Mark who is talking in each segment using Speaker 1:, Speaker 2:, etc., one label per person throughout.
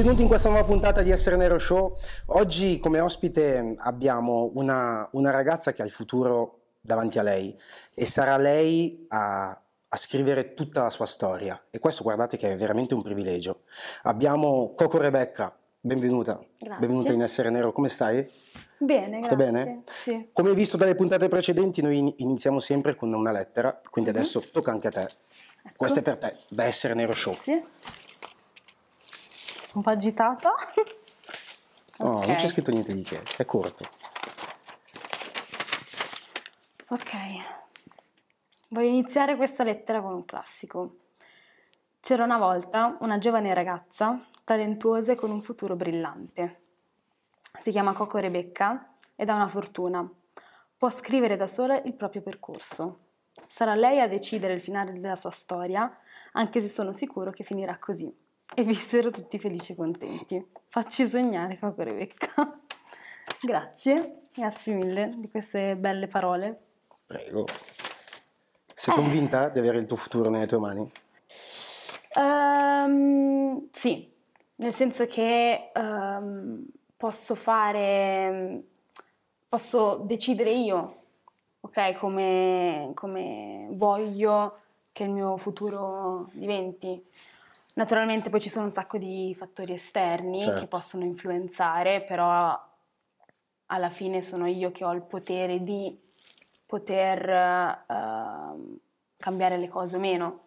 Speaker 1: Benvenuti in questa nuova puntata di Essere Nero Show. Oggi come ospite abbiamo una ragazza che ha il futuro davanti a lei e sarà lei a scrivere tutta la sua storia, e questo guardate che è veramente un privilegio. Abbiamo Coco Rebecca, benvenuta.
Speaker 2: Grazie.
Speaker 1: Benvenuta in Essere Nero, come stai?
Speaker 2: Bene,
Speaker 1: Tutto
Speaker 2: grazie.
Speaker 1: bene?
Speaker 2: Sì.
Speaker 1: Come hai visto dalle puntate precedenti, noi iniziamo sempre con una lettera, quindi adesso tocca anche a te.
Speaker 2: Ecco.
Speaker 1: Questo è per te, da Essere Nero Show.
Speaker 2: Grazie. Sono un po' agitata.
Speaker 1: No,
Speaker 2: Ok.
Speaker 1: non c'è scritto niente di che, è corto.
Speaker 2: Ok. Voglio iniziare questa lettera con un classico. C'era una volta una giovane ragazza, talentuosa e con un futuro brillante. Si chiama Coco Rebecca ed ha una fortuna. Può scrivere da sola il proprio percorso. Sarà lei a decidere il finale della sua storia, anche se sono sicuro che finirà così. E vissero tutti felici e contenti. Facci sognare, Coco Rebecca. Grazie mille di queste belle parole.
Speaker 1: Prego. Sei convinta di avere il tuo futuro nelle tue mani?
Speaker 2: Sì, nel senso che posso decidere io, ok, come voglio che il mio futuro diventi. Naturalmente poi ci sono un sacco di fattori esterni
Speaker 1: Certo.
Speaker 2: che possono influenzare, però alla fine sono io che ho il potere di poter cambiare le cose o meno.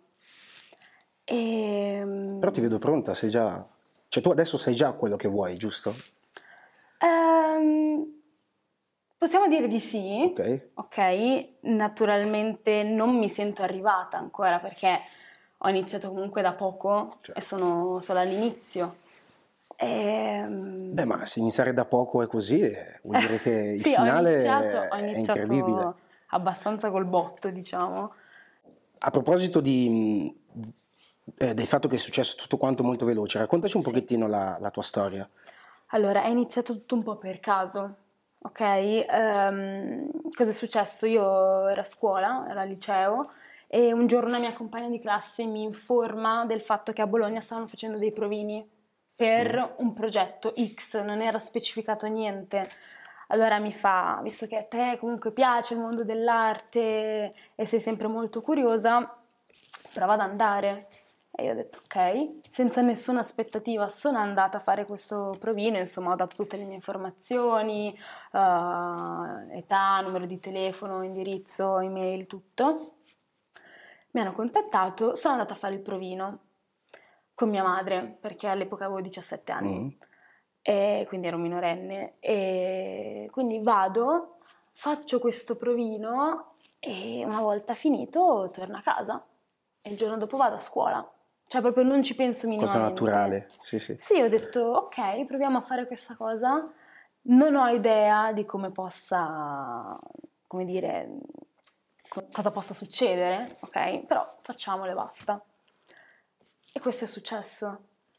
Speaker 1: Però ti vedo pronta, sei già... Cioè tu adesso sai già quello che vuoi, giusto?
Speaker 2: Possiamo dire di sì.
Speaker 1: Ok.
Speaker 2: Naturalmente non mi sento arrivata ancora perché ho iniziato comunque da poco.
Speaker 1: Certo.
Speaker 2: E sono solo all'inizio.
Speaker 1: Beh, ma se iniziare da poco è così, vuol dire che il
Speaker 2: Sì,
Speaker 1: finale
Speaker 2: ho
Speaker 1: è
Speaker 2: iniziato
Speaker 1: incredibile.
Speaker 2: abbastanza col botto, diciamo.
Speaker 1: A proposito del fatto che è successo tutto quanto molto veloce, raccontaci un pochettino la tua storia.
Speaker 2: Allora, è iniziato tutto un po' per caso, ok? Cosa è successo? Io ero a scuola, ero al liceo, e un giorno una mia compagna di classe mi informa del fatto che a Bologna stavano facendo dei provini per un progetto X, non era specificato niente. Allora mi fa, visto che a te comunque piace il mondo dell'arte e sei sempre molto curiosa, prova ad andare. E io ho detto ok, senza nessuna aspettativa sono andata a fare questo provino, insomma ho dato tutte le mie informazioni, età, numero di telefono, indirizzo, email, tutto. Mi hanno contattato, sono andata a fare il provino con mia madre, perché all'epoca avevo 17 anni, e quindi ero minorenne, e quindi vado, faccio questo provino e una volta finito torno a casa e il giorno dopo vado a scuola. Cioè proprio non ci penso
Speaker 1: Cosa
Speaker 2: minimamente.
Speaker 1: naturale, sì.
Speaker 2: Sì, ho detto ok, proviamo a fare questa cosa. Non ho idea di come possa, come dire, cosa possa succedere, ok? Però facciamolo e basta. E questo è successo.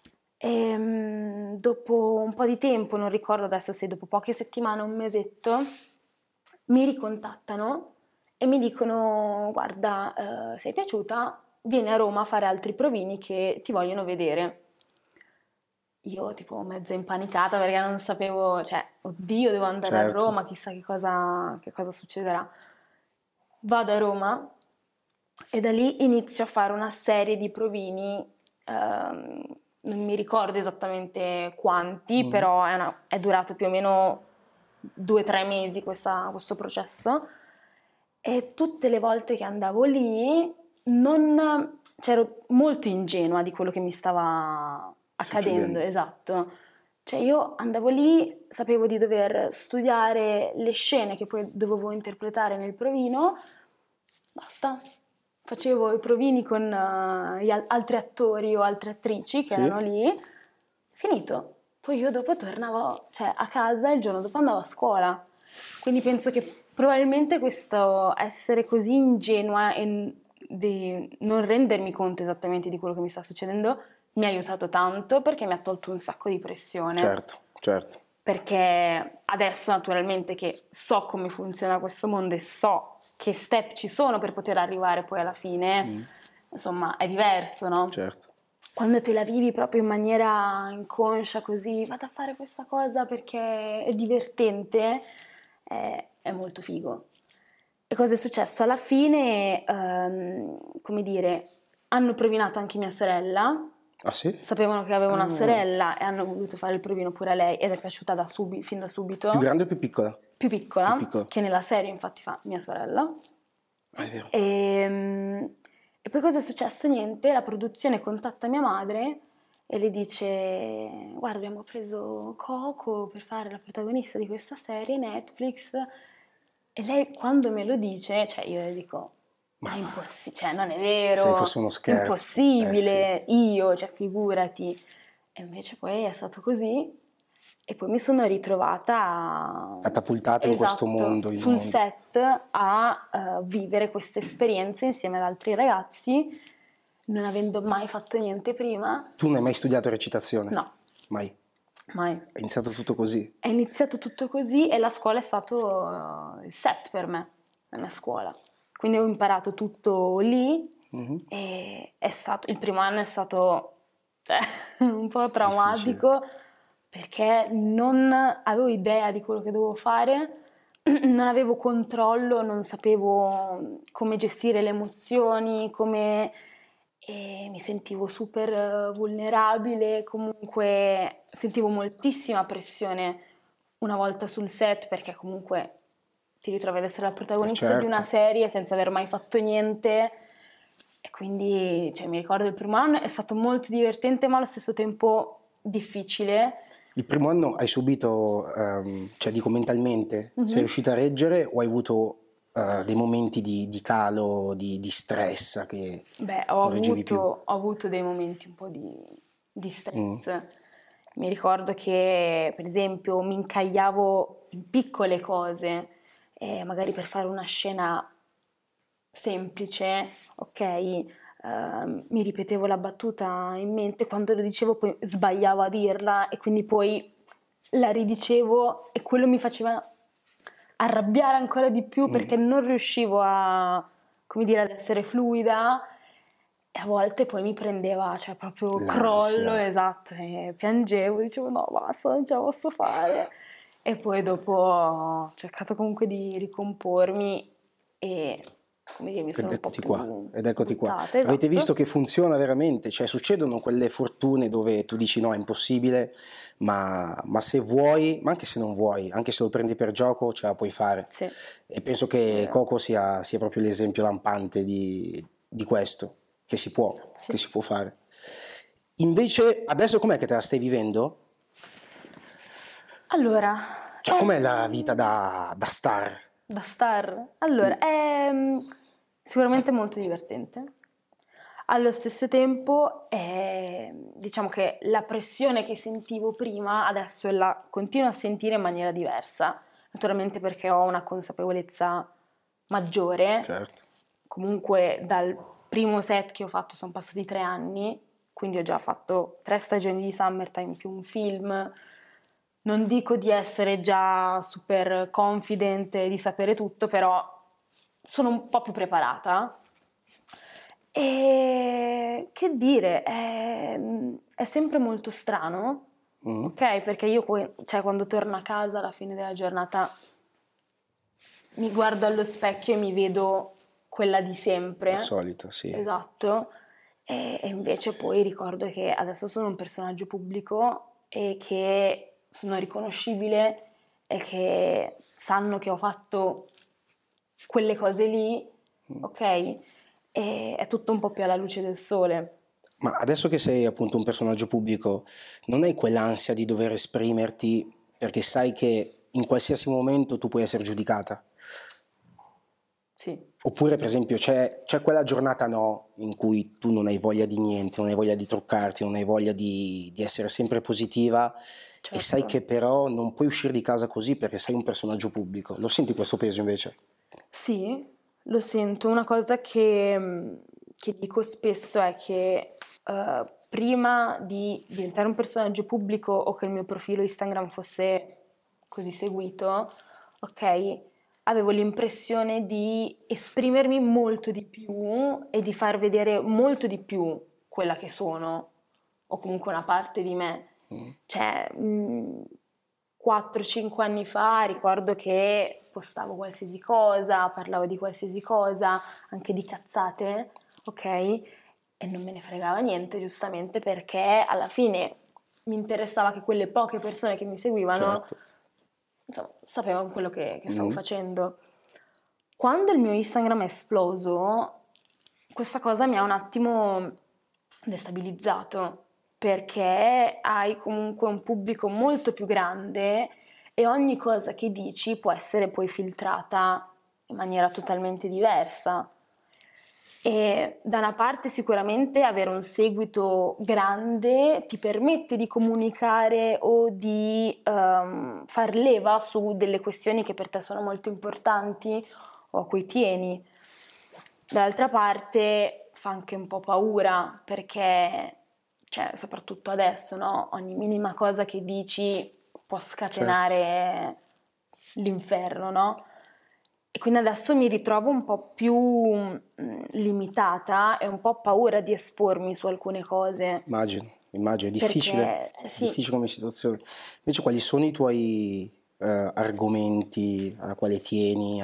Speaker 2: E, dopo un po' di tempo, non ricordo adesso se dopo poche settimane o un mesetto, mi ricontattano e mi dicono guarda, sei piaciuta? Vieni a Roma a fare altri provini che ti vogliono vedere. Io tipo mezza impanicata perché non sapevo, cioè, oddio, devo andare a
Speaker 1: Certo.
Speaker 2: Roma, chissà che cosa succederà. Vado a Roma e da lì inizio a fare una serie di provini, non mi ricordo esattamente quanti, però è durato più o meno 2-3 mesi questo processo, e tutte le volte che andavo lì ero molto ingenua di quello che mi stava accadendo,
Speaker 1: Succedendo.
Speaker 2: esatto. Cioè io andavo lì, sapevo di dover studiare le scene che poi dovevo interpretare nel provino, basta. Facevo i provini con altri attori o altre attrici che
Speaker 1: Sì.
Speaker 2: erano lì, finito. Poi io dopo tornavo, cioè, a casa e il giorno dopo andavo a scuola. Quindi penso che probabilmente questo essere così ingenua e di non rendermi conto esattamente di quello che mi sta succedendo mi ha aiutato tanto, perché mi ha tolto un sacco di pressione.
Speaker 1: Certo.
Speaker 2: Perché adesso naturalmente che so come funziona questo mondo e so che step ci sono per poter arrivare poi alla fine, insomma è diverso, no?
Speaker 1: Certo.
Speaker 2: quando te la vivi proprio in maniera inconscia così, vado a fare questa cosa perché è divertente, è molto figo. E cosa è successo? Alla fine, come dire, hanno provinato anche mia sorella,
Speaker 1: Ah sì?
Speaker 2: sapevano che avevo una
Speaker 1: Ah.
Speaker 2: sorella e hanno voluto fare il provino pure a lei ed è piaciuta fin da subito.
Speaker 1: Più grande o più piccola?
Speaker 2: Più piccola,
Speaker 1: Più piccola.
Speaker 2: che nella serie infatti fa mia sorella.
Speaker 1: Ah, è vero.
Speaker 2: E poi cosa è successo? Niente, la produzione contatta mia madre e le dice: guarda, abbiamo preso Coco per fare la protagonista di questa serie Netflix. E lei quando me lo dice, cioè io le dico: ma è impossibile, cioè non è vero,
Speaker 1: Se fosse uno scherzo.
Speaker 2: impossibile, io, cioè figurati. E invece poi è stato così e poi mi sono ritrovata
Speaker 1: Catapultata in questo mondo.
Speaker 2: sul set a vivere queste esperienze insieme ad altri ragazzi, non avendo mai fatto niente prima.
Speaker 1: Tu non hai mai studiato recitazione?
Speaker 2: No.
Speaker 1: Mai?
Speaker 2: Mai.
Speaker 1: È iniziato tutto così?
Speaker 2: È iniziato tutto così e la scuola è stato il set per me, la mia scuola. Quindi ho imparato tutto lì e il primo anno è stato un po' traumatico perché non avevo idea di quello che dovevo fare, non avevo controllo, non sapevo come gestire le emozioni, e mi sentivo super vulnerabile, comunque sentivo moltissima pressione una volta sul set perché comunque ti ritrovi ad essere la protagonista di una serie senza aver mai fatto niente e quindi cioè, mi ricordo il primo anno è stato molto divertente ma allo stesso tempo difficile.
Speaker 1: Il primo anno hai subito, cioè dico mentalmente, sei riuscita a reggere o hai avuto dei momenti di calo, di stress che non reggevi più?
Speaker 2: Ho avuto dei momenti un po' di stress. Mi ricordo che per esempio mi incagliavo in piccole cose, magari per fare una scena semplice, ok, mi ripetevo la battuta in mente, quando lo dicevo poi sbagliavo a dirla e quindi poi la ridicevo e quello mi faceva arrabbiare ancora di più perché non riuscivo come dire, ad essere fluida e a volte poi mi prendeva, cioè proprio crollo, esatto, e piangevo, dicevo no basta, non ce la posso fare e poi dopo ho cercato comunque di ricompormi e come dire, mi sono un po' più
Speaker 1: ed eccoti qua.
Speaker 2: buttata, esatto.
Speaker 1: Avete visto che funziona veramente, cioè succedono quelle fortune dove tu dici no è impossibile, ma se vuoi, ma anche se non vuoi, anche se lo prendi per gioco ce la puoi fare.
Speaker 2: Sì.
Speaker 1: E penso che Coco sia proprio l'esempio lampante di questo, che si può fare. Invece adesso com'è che te la stai vivendo?
Speaker 2: Allora,
Speaker 1: Cioè com'è la vita da star?
Speaker 2: Da star? Allora, è sicuramente molto divertente. Allo stesso tempo, diciamo che la pressione che sentivo prima adesso la continuo a sentire in maniera diversa. Naturalmente perché ho una consapevolezza maggiore.
Speaker 1: Certo.
Speaker 2: Comunque dal primo set che ho fatto sono passati 3 anni, quindi ho già fatto 3 stagioni di Summertime più un film. Non dico di essere già super confident di sapere tutto, però sono un po' più preparata. E che dire, è sempre molto strano, ok? Perché io cioè, quando torno a casa alla fine della giornata mi guardo allo specchio e mi vedo quella di sempre.
Speaker 1: La solita, sì.
Speaker 2: Esatto. E invece poi ricordo che adesso sono un personaggio pubblico e che sono riconoscibile e che sanno che ho fatto quelle cose lì, ok? E è tutto un po' più alla luce del sole.
Speaker 1: Ma adesso che sei appunto un personaggio pubblico, non hai quell'ansia di dover esprimerti perché sai che in qualsiasi momento tu puoi essere giudicata?
Speaker 2: Sì.
Speaker 1: Oppure per esempio c'è quella giornata in cui tu non hai voglia di niente, non hai voglia di truccarti, non hai voglia di essere sempre positiva.
Speaker 2: Certo.
Speaker 1: E sai che però non puoi uscire di casa così perché sei un personaggio pubblico. Lo senti questo peso invece?
Speaker 2: Sì, lo sento. Una cosa che dico spesso è che prima di diventare un personaggio pubblico o che il mio profilo Instagram fosse così seguito, ok, avevo l'impressione di esprimermi molto di più e di far vedere molto di più quella che sono. o comunque una parte di me. Cioè, 4-5 anni fa ricordo che postavo qualsiasi cosa, parlavo di qualsiasi cosa, anche di cazzate, ok? E non me ne fregava niente, giustamente, perché alla fine mi interessava che quelle poche persone che mi seguivano,
Speaker 1: Certo.
Speaker 2: insomma, sapevano quello che stavo facendo. Quando il mio Instagram è esploso, questa cosa mi ha un attimo destabilizzato, perché hai comunque un pubblico molto più grande e ogni cosa che dici può essere poi filtrata in maniera totalmente diversa. E da una parte sicuramente avere un seguito grande ti permette di comunicare o di far leva su delle questioni che per te sono molto importanti o a cui tieni. Dall'altra parte fa anche un po' paura perché, cioè, soprattutto adesso, no? Ogni minima cosa che dici può scatenare l'inferno, no? E quindi adesso mi ritrovo un po' più limitata e un po' paura di espormi su alcune cose.
Speaker 1: Immagino, è
Speaker 2: Perché, sì,
Speaker 1: difficile come situazione. Invece quali sono i tuoi argomenti a quale tieni?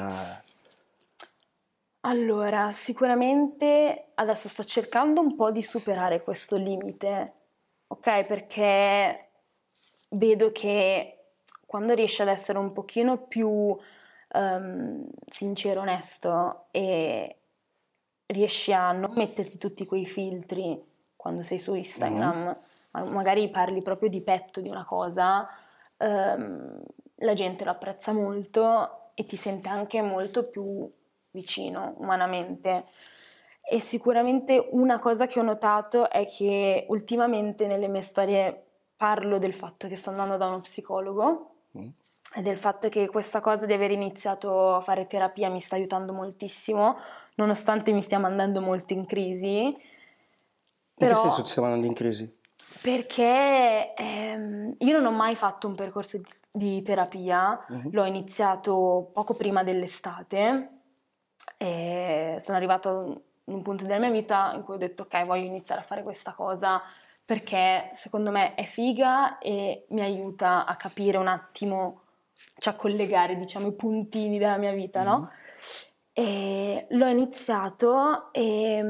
Speaker 2: allora, sicuramente adesso sto cercando un po' di superare questo limite, ok? Perché vedo che quando riesci ad essere un pochino più sincero, onesto e riesci a non metterti tutti quei filtri quando sei su Instagram, magari parli proprio di petto di una cosa, la gente lo apprezza molto e ti sente anche molto più vicino umanamente. E sicuramente una cosa che ho notato è che ultimamente nelle mie storie parlo del fatto che sto andando da uno psicologo e del fatto che questa cosa di aver iniziato a fare terapia mi sta aiutando moltissimo, nonostante mi stia mandando molto in crisi.
Speaker 1: In che
Speaker 2: Però
Speaker 1: senso ti stiamo andando in crisi?
Speaker 2: perché io non ho mai fatto un percorso di terapia, l'ho iniziato poco prima dell'estate e sono arrivata in un punto della mia vita in cui ho detto ok, voglio iniziare a fare questa cosa perché secondo me è figa e mi aiuta a capire un attimo, cioè a collegare diciamo i puntini della mia vita, no? E l'ho iniziato e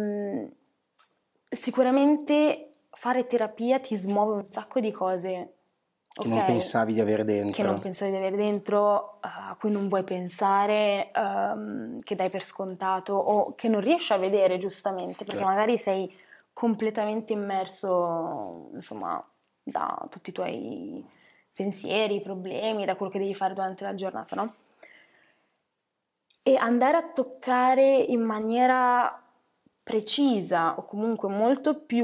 Speaker 2: sicuramente fare terapia ti smuove un sacco di cose,
Speaker 1: Che non
Speaker 2: ok?
Speaker 1: pensavi di avere
Speaker 2: Che non
Speaker 1: dentro.
Speaker 2: pensavi di avere dentro, a cui non vuoi pensare, che dai per scontato o che non riesci a vedere giustamente, perché
Speaker 1: Certo.
Speaker 2: magari sei completamente immerso, insomma, da tutti i tuoi pensieri, problemi, da quello che devi fare durante la giornata, no? E andare a toccare in maniera precisa o comunque molto più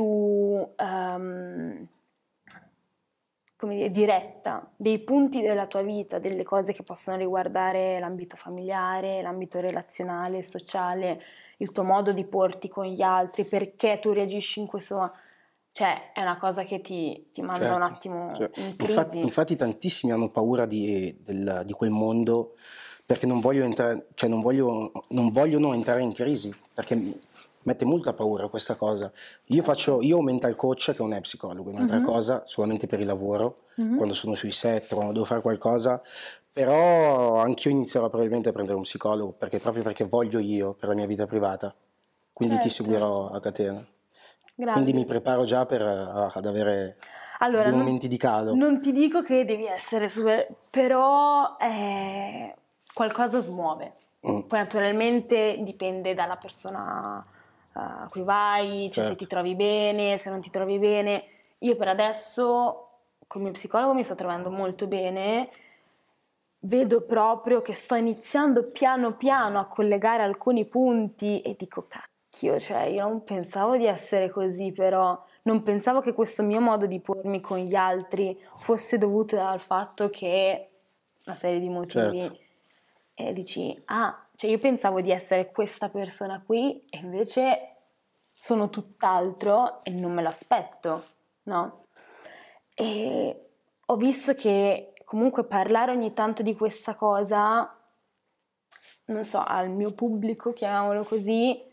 Speaker 2: come dire, diretta dei punti della tua vita, delle cose che possono riguardare l'ambito familiare, l'ambito relazionale, sociale, il tuo modo di porti con gli altri, perché tu reagisci in questo modo. Cioè, è una cosa che ti manda un
Speaker 1: Certo,
Speaker 2: attimo
Speaker 1: certo.
Speaker 2: in
Speaker 1: Infatti,
Speaker 2: crisi.
Speaker 1: infatti tantissimi hanno paura di quel mondo perché non vogliono entrare, cioè non vogliono entrare in crisi, perché mette molta paura questa cosa. Io ho un mental coach che non è psicologo, è un'altra cosa, solamente per il lavoro, quando sono sui set, quando devo fare qualcosa, però anch'io inizierò probabilmente a prendere un psicologo, proprio perché voglio io, per la mia vita privata. Quindi ti
Speaker 2: Certo,
Speaker 1: seguirò a catena. Quindi mi
Speaker 2: grande.
Speaker 1: preparo già ad avere
Speaker 2: Allora,
Speaker 1: dei momenti di calo.
Speaker 2: non ti dico che devi essere super, però qualcosa smuove. Poi naturalmente dipende dalla persona a cui vai, cioè se ti
Speaker 1: Certo.
Speaker 2: trovi bene, se non ti trovi bene. Io per adesso col mio psicologo mi sto trovando molto bene, vedo proprio che sto iniziando piano piano a collegare alcuni punti e dico cacchio, cioè io non pensavo di essere così, però non pensavo che questo mio modo di pormi con gli altri fosse dovuto al fatto che una serie di motivi
Speaker 1: Certo.
Speaker 2: e dici cioè io pensavo di essere questa persona qui e invece sono tutt'altro e non me l'aspetto, no? E ho visto che comunque parlare ogni tanto di questa cosa, non so, al mio pubblico, chiamiamolo così,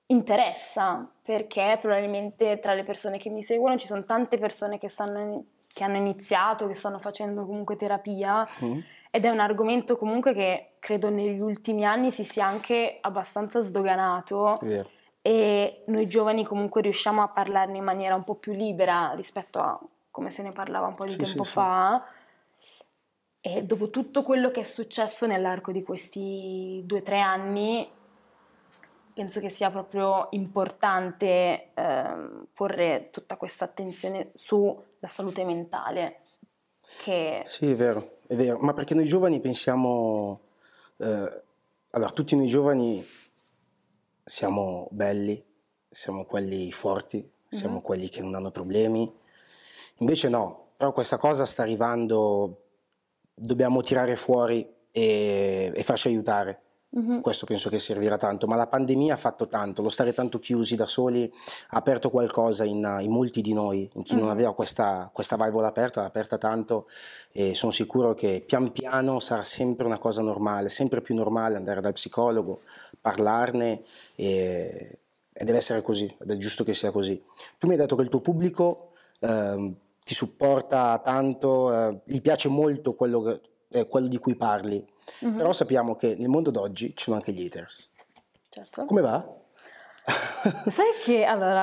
Speaker 2: interessa, perché probabilmente tra le persone che mi seguono ci sono tante persone che hanno iniziato, che stanno facendo comunque terapia, ed è un argomento comunque che credo negli ultimi anni si sia anche abbastanza sdoganato, e noi giovani comunque riusciamo a parlarne in maniera un po' più libera rispetto a come se ne parlava un po' di tempo fa. E dopo tutto quello che è successo nell'arco di questi 2 o 3 anni, penso che sia proprio importante porre tutta questa attenzione sulla salute mentale.
Speaker 1: Sì, è vero, ma perché noi giovani pensiamo, allora tutti noi giovani siamo belli, siamo quelli forti, siamo quelli che non hanno problemi, invece no, però questa cosa sta arrivando, dobbiamo tirare fuori e farci aiutare. Questo penso che servirà tanto, ma la pandemia ha fatto tanto, lo stare tanto chiusi da soli ha aperto qualcosa in molti di noi, in chi non aveva questa valvola aperta, l'ha aperta tanto, e sono sicuro che pian piano sarà sempre una cosa normale, sempre più normale andare dal psicologo, parlarne, e deve essere così, ed è giusto che sia così. Tu mi hai detto che il tuo pubblico ti supporta tanto, gli piace molto quello di cui parli. Però sappiamo che nel mondo d'oggi ci sono anche gli haters.
Speaker 2: Certo.
Speaker 1: Come va?
Speaker 2: Sai che allora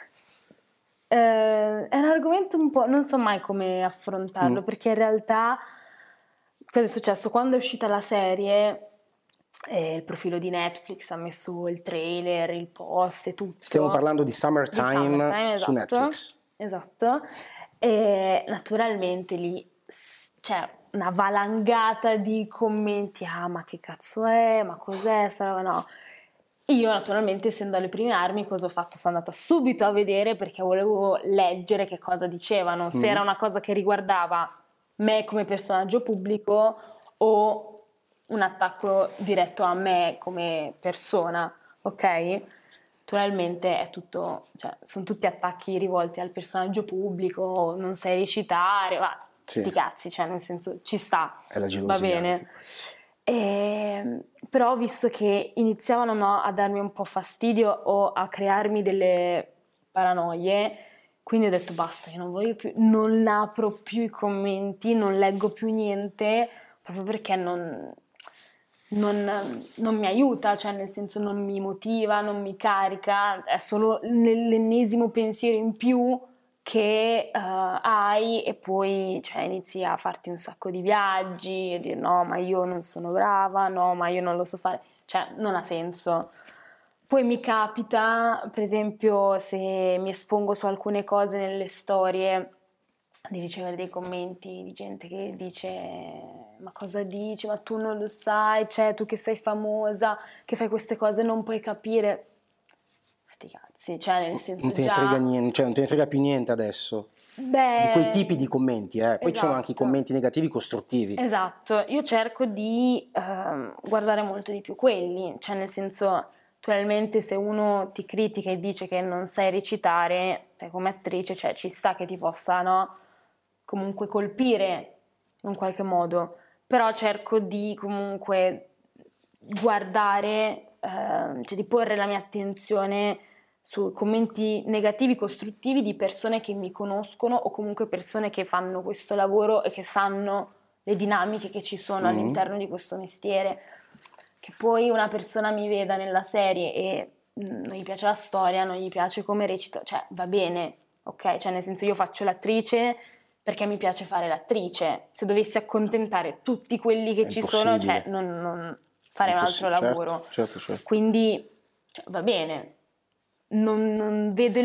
Speaker 2: è un argomento un po', non so mai come affrontarlo, perché in realtà cosa è successo? Quando è uscita la serie, il profilo di Netflix ha messo il trailer, il post e tutto.
Speaker 1: Stiamo parlando di Summertime su Netflix.
Speaker 2: Esatto. E naturalmente lì c'è una valangata di commenti, ma che cazzo è, ma cos'è, no. Io naturalmente, essendo alle prime armi, cosa ho fatto? Sono andata subito a vedere, perché volevo leggere che cosa dicevano, se era una cosa che riguardava me come personaggio pubblico o un attacco diretto a me come persona, ok? Naturalmente è tutto, cioè, sono tutti attacchi rivolti al personaggio pubblico, non sai recitare, ma sti cazzi, cioè nel senso ci sta,
Speaker 1: è la gelosia,
Speaker 2: va bene. Però visto che iniziavano a darmi un po' fastidio o a crearmi delle paranoie, quindi ho detto basta, io non voglio più, non apro più i commenti, non leggo più niente, proprio perché non mi aiuta, cioè nel senso non mi motiva, non mi carica, è solo l'ennesimo pensiero in più che hai, e poi cioè, inizi a farti un sacco di viaggi e dire no ma io non sono brava, no ma io non lo so fare, cioè non ha senso. Poi mi capita, per esempio, se mi espongo su alcune cose nelle storie, di ricevere dei commenti di gente che dice ma cosa dici, ma tu non lo sai, cioè tu che sei famosa, che fai queste cose non puoi capire. Sti cazzi, cioè nel senso
Speaker 1: non te ne frega niente, cioè non te ne frega più niente adesso. Di quei tipi di commenti, Poi ci sono anche i commenti negativi costruttivi.
Speaker 2: Esatto, io cerco di guardare molto di più quelli, cioè nel senso, naturalmente se uno ti critica e dice che non sai recitare, te come attrice, cioè ci sta che ti possa, no, comunque colpire in qualche modo, però cerco di comunque guardare, cioè di porre la mia attenzione su commenti negativi, costruttivi di persone che mi conoscono o comunque persone che fanno questo lavoro e che sanno le dinamiche che ci sono all'interno di questo mestiere. Che poi una persona mi veda nella serie e non gli piace la storia, non gli piace come recita, cioè va bene, ok? Cioè nel senso io faccio l'attrice perché mi piace fare l'attrice, se dovessi accontentare tutti quelli che ci sono, cioè non farei un altro lavoro.
Speaker 1: Certo.
Speaker 2: Quindi cioè, va bene. Non vedo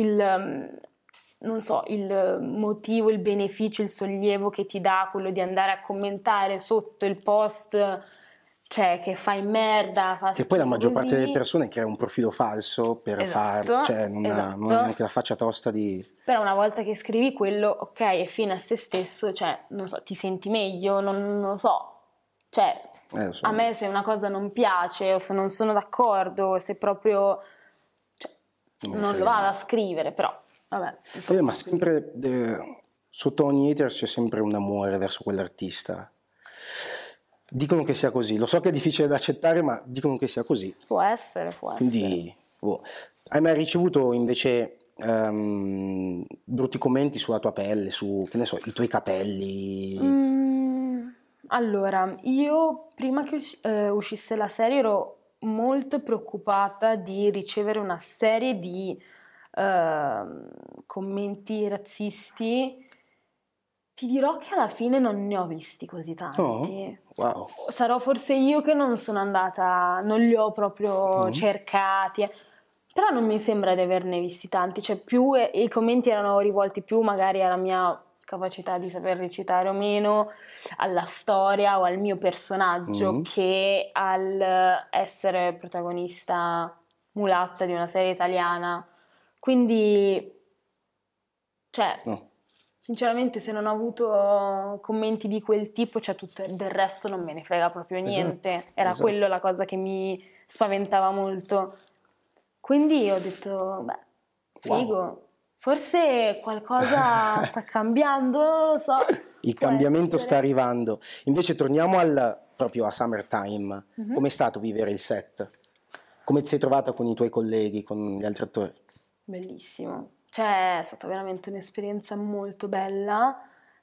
Speaker 2: non so, il motivo, il beneficio, il sollievo che ti dà quello di andare a commentare sotto il post, cioè che fai merda, fa
Speaker 1: che poi la maggior
Speaker 2: così.
Speaker 1: parte delle persone crea un profilo falso per cioè non ha neanche la faccia tosta di...
Speaker 2: Però una volta che scrivi quello, ok, è fine a se stesso, cioè non so, ti senti meglio, non lo so, cioè a me se una cosa non piace o se non sono d'accordo, se proprio... non lo vado a scrivere, però vabbè.
Speaker 1: Ma sempre sotto ogni hater c'è sempre un amore verso quell'artista. Dicono che sia così, lo so che è difficile da accettare, ma dicono che sia così.
Speaker 2: Può essere.
Speaker 1: Quindi Oh. Hai mai ricevuto invece brutti commenti sulla tua pelle, su, che ne so, i tuoi capelli?
Speaker 2: Allora, io prima che uscisse la serie ero molto preoccupata di ricevere una serie di commenti razzisti. Ti dirò che alla fine non ne ho visti così tanti.
Speaker 1: Oh, wow.
Speaker 2: Sarò forse io che non sono andata, non li ho proprio cercati, però non mi sembra di averne visti tanti, cioè più i commenti erano rivolti più magari alla mia capacità di saper recitare o meno, alla storia o al mio personaggio, che al essere protagonista mulatta di una serie italiana. Quindi, cioè,
Speaker 1: No.
Speaker 2: sinceramente, se non ho avuto commenti di quel tipo, cioè tutto del resto non me ne frega proprio niente.
Speaker 1: Esatto,
Speaker 2: Era
Speaker 1: esatto.
Speaker 2: quello la cosa che mi spaventava molto. Quindi ho detto, beh, figo,
Speaker 1: Wow.
Speaker 2: forse qualcosa sta cambiando, non lo so.
Speaker 1: Il
Speaker 2: Può
Speaker 1: cambiamento sta
Speaker 2: essere.
Speaker 1: arrivando. Invece torniamo proprio a Summertime. Com'è stato vivere il set? Come ti sei trovata con i tuoi colleghi, con gli altri attori?
Speaker 2: Bellissimo, cioè è stata veramente un'esperienza molto bella.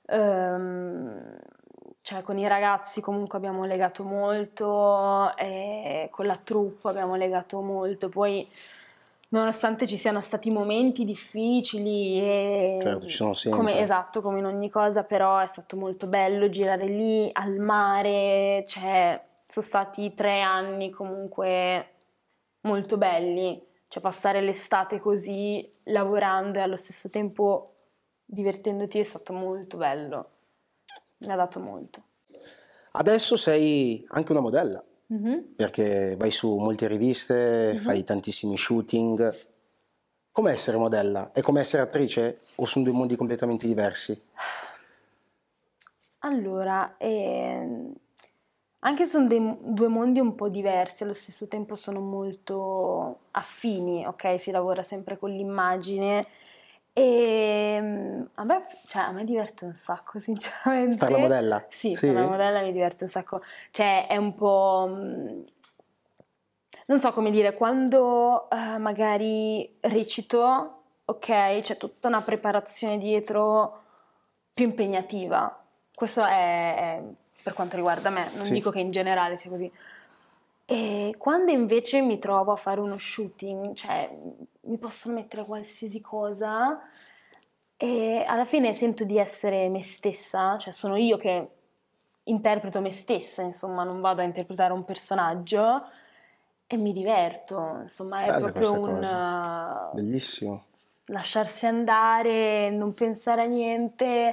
Speaker 2: Cioè con i ragazzi comunque abbiamo legato molto, e con la troupe abbiamo legato molto, poi nonostante ci siano stati momenti difficili
Speaker 1: Certo, ci sono
Speaker 2: come,
Speaker 1: sempre.
Speaker 2: esatto, come in ogni cosa, però è stato molto bello girare lì al mare, cioè sono stati 3 anni comunque molto belli, cioè passare l'estate così lavorando e allo stesso tempo divertendoti è stato molto bello, mi ha dato molto.
Speaker 1: Adesso sei anche una modella, perché vai su molte riviste, fai tantissimi shooting. Come essere modella? È come essere attrice? O sono due mondi completamente diversi?
Speaker 2: Allora, anche se sono due mondi un po' diversi, allo stesso tempo sono molto affini, ok? Si lavora sempre con l'immagine e a me diverte un sacco, sinceramente.
Speaker 1: Fare la modella?
Speaker 2: Sì,
Speaker 1: Sì?
Speaker 2: fare la modella mi diverte un sacco. Cioè, è un po'... non so come dire, quando magari recito, ok, c'è tutta una preparazione dietro più impegnativa. Questo è per quanto riguarda me, non
Speaker 1: Sì.
Speaker 2: dico che in generale sia così. E quando invece mi trovo a fare uno shooting, cioè mi possono mettere qualsiasi cosa e alla fine sento di essere me stessa, cioè sono io che interpreto me stessa, insomma, non vado a interpretare un personaggio e mi diverto, insomma, è
Speaker 1: Bella
Speaker 2: proprio
Speaker 1: questa
Speaker 2: un
Speaker 1: cosa. Bellissimo.
Speaker 2: lasciarsi andare, non pensare a niente,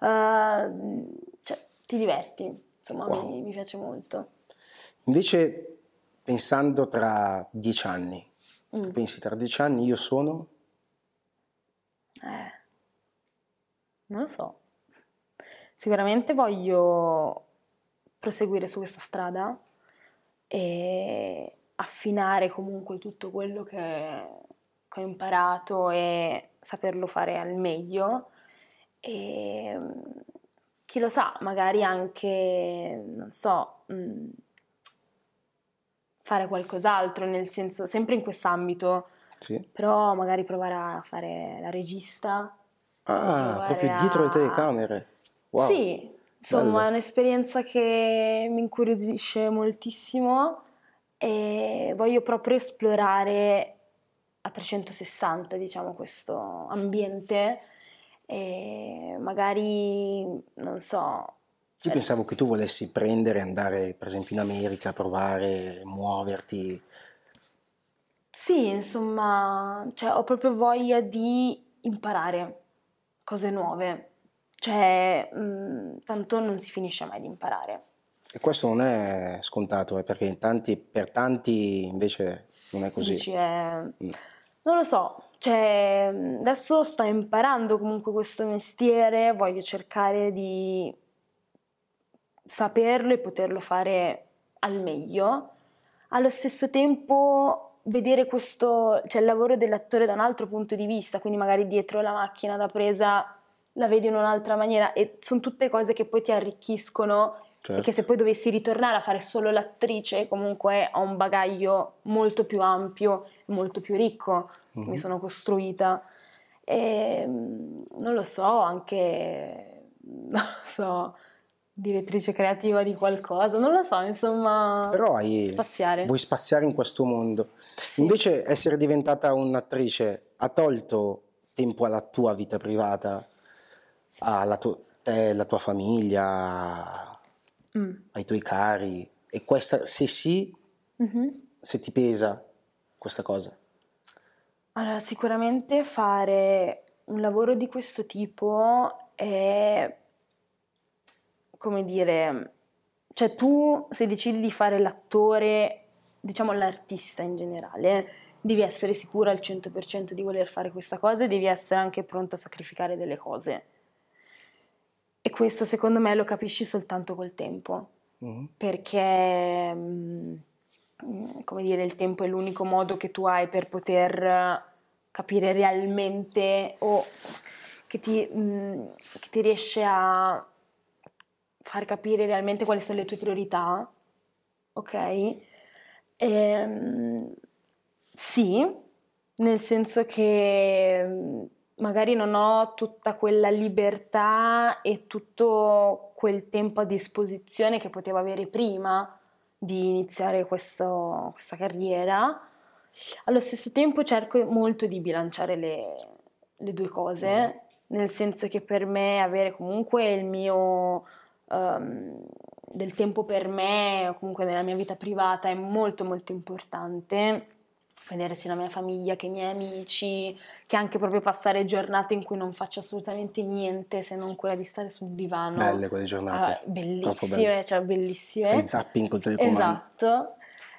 Speaker 2: cioè ti diverti, insomma,
Speaker 1: Wow.
Speaker 2: mi piace molto.
Speaker 1: Invece, pensando tra 10 anni, tu pensi tra 10 anni io sono?
Speaker 2: Non lo so. Sicuramente voglio proseguire su questa strada e affinare comunque tutto quello che ho imparato e saperlo fare al meglio. E chi lo sa, magari anche, non so, fare qualcos'altro, nel senso, sempre in quest'ambito,
Speaker 1: Sì.
Speaker 2: però magari provare a fare la regista.
Speaker 1: Ah,
Speaker 2: Provare
Speaker 1: proprio dietro le
Speaker 2: a...
Speaker 1: telecamere. Wow.
Speaker 2: Sì, insomma, è
Speaker 1: Bello.
Speaker 2: un'esperienza che mi incuriosisce moltissimo e voglio proprio esplorare a 360, diciamo, questo ambiente e magari, non so,
Speaker 1: Io pensavo che tu volessi prendere e andare, per esempio, in America, provare, muoverti.
Speaker 2: sì, insomma, cioè, ho proprio voglia di imparare cose nuove, cioè, tanto non si finisce mai di imparare.
Speaker 1: E questo non è scontato, perché per tanti invece non è così.
Speaker 2: Dici, non lo so, cioè, adesso sto imparando comunque questo mestiere, voglio cercare di saperlo e poterlo fare al meglio. Allo stesso tempo vedere questo, cioè il lavoro dell'attore da un altro punto di vista, quindi magari dietro la macchina da presa la vedi in un'altra maniera e sono tutte cose che poi ti arricchiscono
Speaker 1: Certo.
Speaker 2: E che se poi dovessi ritornare a fare solo l'attrice, comunque ho un bagaglio molto più ampio, molto più ricco, che mi sono costruita. E non lo so, anche, non lo so, direttrice creativa di qualcosa, non lo so, insomma,
Speaker 1: Però
Speaker 2: spaziare.
Speaker 1: vuoi spaziare in questo mondo.
Speaker 2: Sì.
Speaker 1: Invece essere diventata un'attrice ha tolto tempo alla tua vita privata, la tua famiglia, ai tuoi cari. E questa, se sì, se ti pesa questa cosa.
Speaker 2: Allora, sicuramente fare un lavoro di questo tipo è, come dire, cioè tu se decidi di fare l'attore, diciamo l'artista in generale, devi essere sicura al 100% di voler fare questa cosa e devi essere anche pronta a sacrificare delle cose. E questo secondo me lo capisci soltanto col tempo, perché, come dire, il tempo è l'unico modo che tu hai per poter capire realmente o che ti riesce a far capire realmente quali sono le tue priorità, ok? Sì, nel senso che magari non ho tutta quella libertà e tutto quel tempo a disposizione che potevo avere prima di iniziare questa carriera. Allo stesso tempo cerco molto di bilanciare le due cose, nel senso che per me avere comunque il mio del tempo per me, o comunque nella mia vita privata, è molto molto importante. Vedere sia la mia famiglia che i miei amici, che anche proprio passare giornate in cui non faccio assolutamente niente se non quella di stare sul divano.
Speaker 1: Belle quelle giornate, troppo belle.
Speaker 2: Bellissime, cioè bellissime.
Speaker 1: Fai zapping col telecomando.
Speaker 2: Esatto.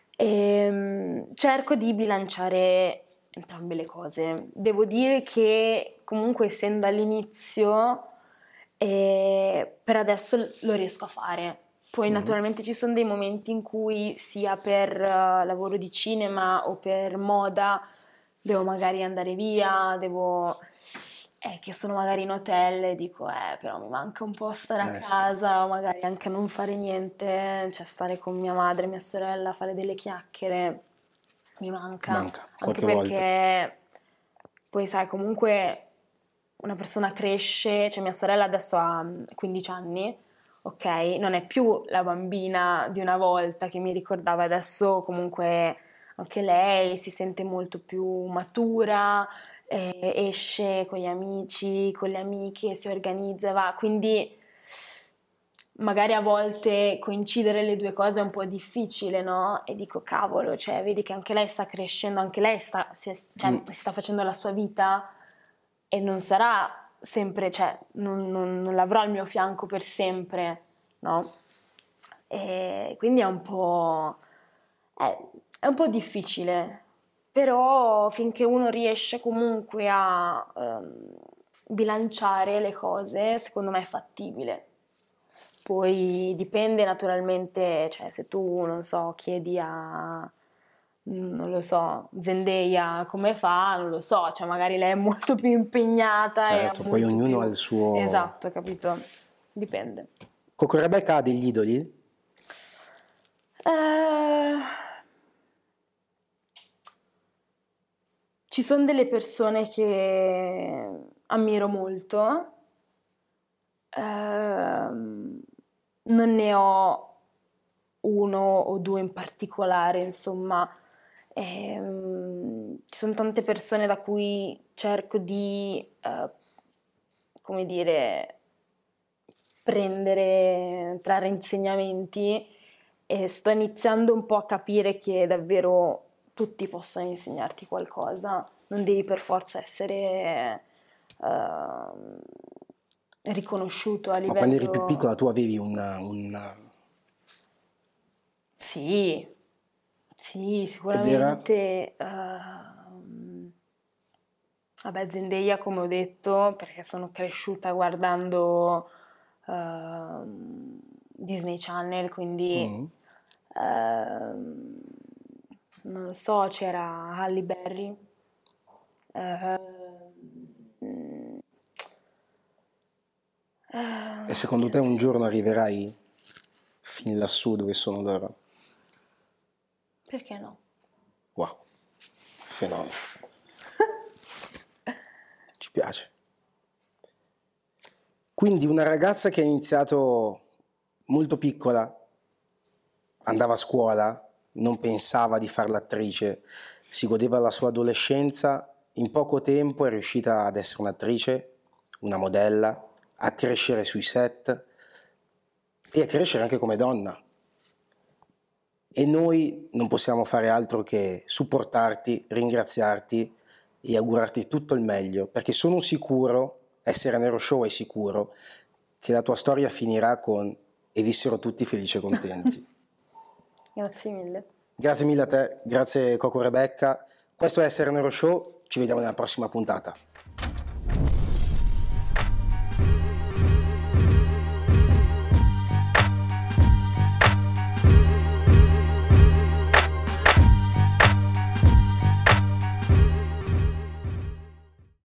Speaker 2: Cerco di bilanciare entrambe le cose. Devo dire che comunque essendo all'inizio, per adesso lo riesco a fare. Poi naturalmente ci sono dei momenti in cui sia per lavoro di cinema o per moda devo magari andare via, che sono magari in hotel e dico però mi manca un po' stare a casa, magari anche non fare niente, cioè stare con mia madre, mia sorella, fare delle chiacchiere, mi manca anche
Speaker 1: qualche
Speaker 2: perché poi sai comunque una persona cresce, cioè mia sorella adesso ha 15 anni, ok? Non è più la bambina di una volta che mi ricordava, adesso comunque anche lei si sente molto più matura, esce con gli amici, con le amiche, si organizza, va, quindi magari a volte coincidere le due cose è un po' difficile, no? E dico, cavolo, cioè vedi che anche lei sta crescendo, anche lei si sta facendo la sua vita e non sarà sempre, cioè non l'avrò al mio fianco per sempre, no? E quindi è un po' difficile, però finché uno riesce comunque a bilanciare le cose, secondo me è fattibile. Poi dipende naturalmente, cioè se tu, non so, chiedi a, non lo so, Zendaya come fa, non lo so, cioè magari lei è molto più impegnata
Speaker 1: Certo,
Speaker 2: e
Speaker 1: poi
Speaker 2: molto
Speaker 1: ognuno
Speaker 2: più...
Speaker 1: ha il suo...
Speaker 2: Esatto, capito? Dipende.
Speaker 1: Coco Rebecca ha degli idoli?
Speaker 2: Ci sono delle persone che ammiro molto, non ne ho uno o due in particolare, insomma. Ci sono tante persone da cui cerco di, come dire, trarre insegnamenti e sto iniziando un po' a capire che davvero tutti possono insegnarti qualcosa, non devi per forza essere riconosciuto a
Speaker 1: Ma quando eri più
Speaker 2: livello...
Speaker 1: piccola tu avevi
Speaker 2: Sì,
Speaker 1: Ed era?
Speaker 2: sicuramente. Vabbè, Zendaya, come ho detto, perché sono cresciuta guardando Disney Channel, quindi non lo so, c'era Halle Berry. Mm,
Speaker 1: E secondo te un giorno arriverai fin lassù dove sono loro.
Speaker 2: Perché no?
Speaker 1: Wow, fenomeno. Ci piace. Quindi una ragazza che ha iniziato molto piccola, andava a scuola, non pensava di fare l'attrice, si godeva la sua adolescenza, in poco tempo è riuscita ad essere un'attrice, una modella, a crescere sui set e a crescere anche come donna. E noi non possiamo fare altro che supportarti, ringraziarti e augurarti tutto il meglio, perché sono sicuro, Essere Nero Show è sicuro, che la tua storia finirà con "e vissero tutti felici e contenti".
Speaker 2: Grazie mille.
Speaker 1: Grazie mille a te, grazie Coco Rebecca. Questo è Essere Nero Show, ci vediamo nella prossima puntata.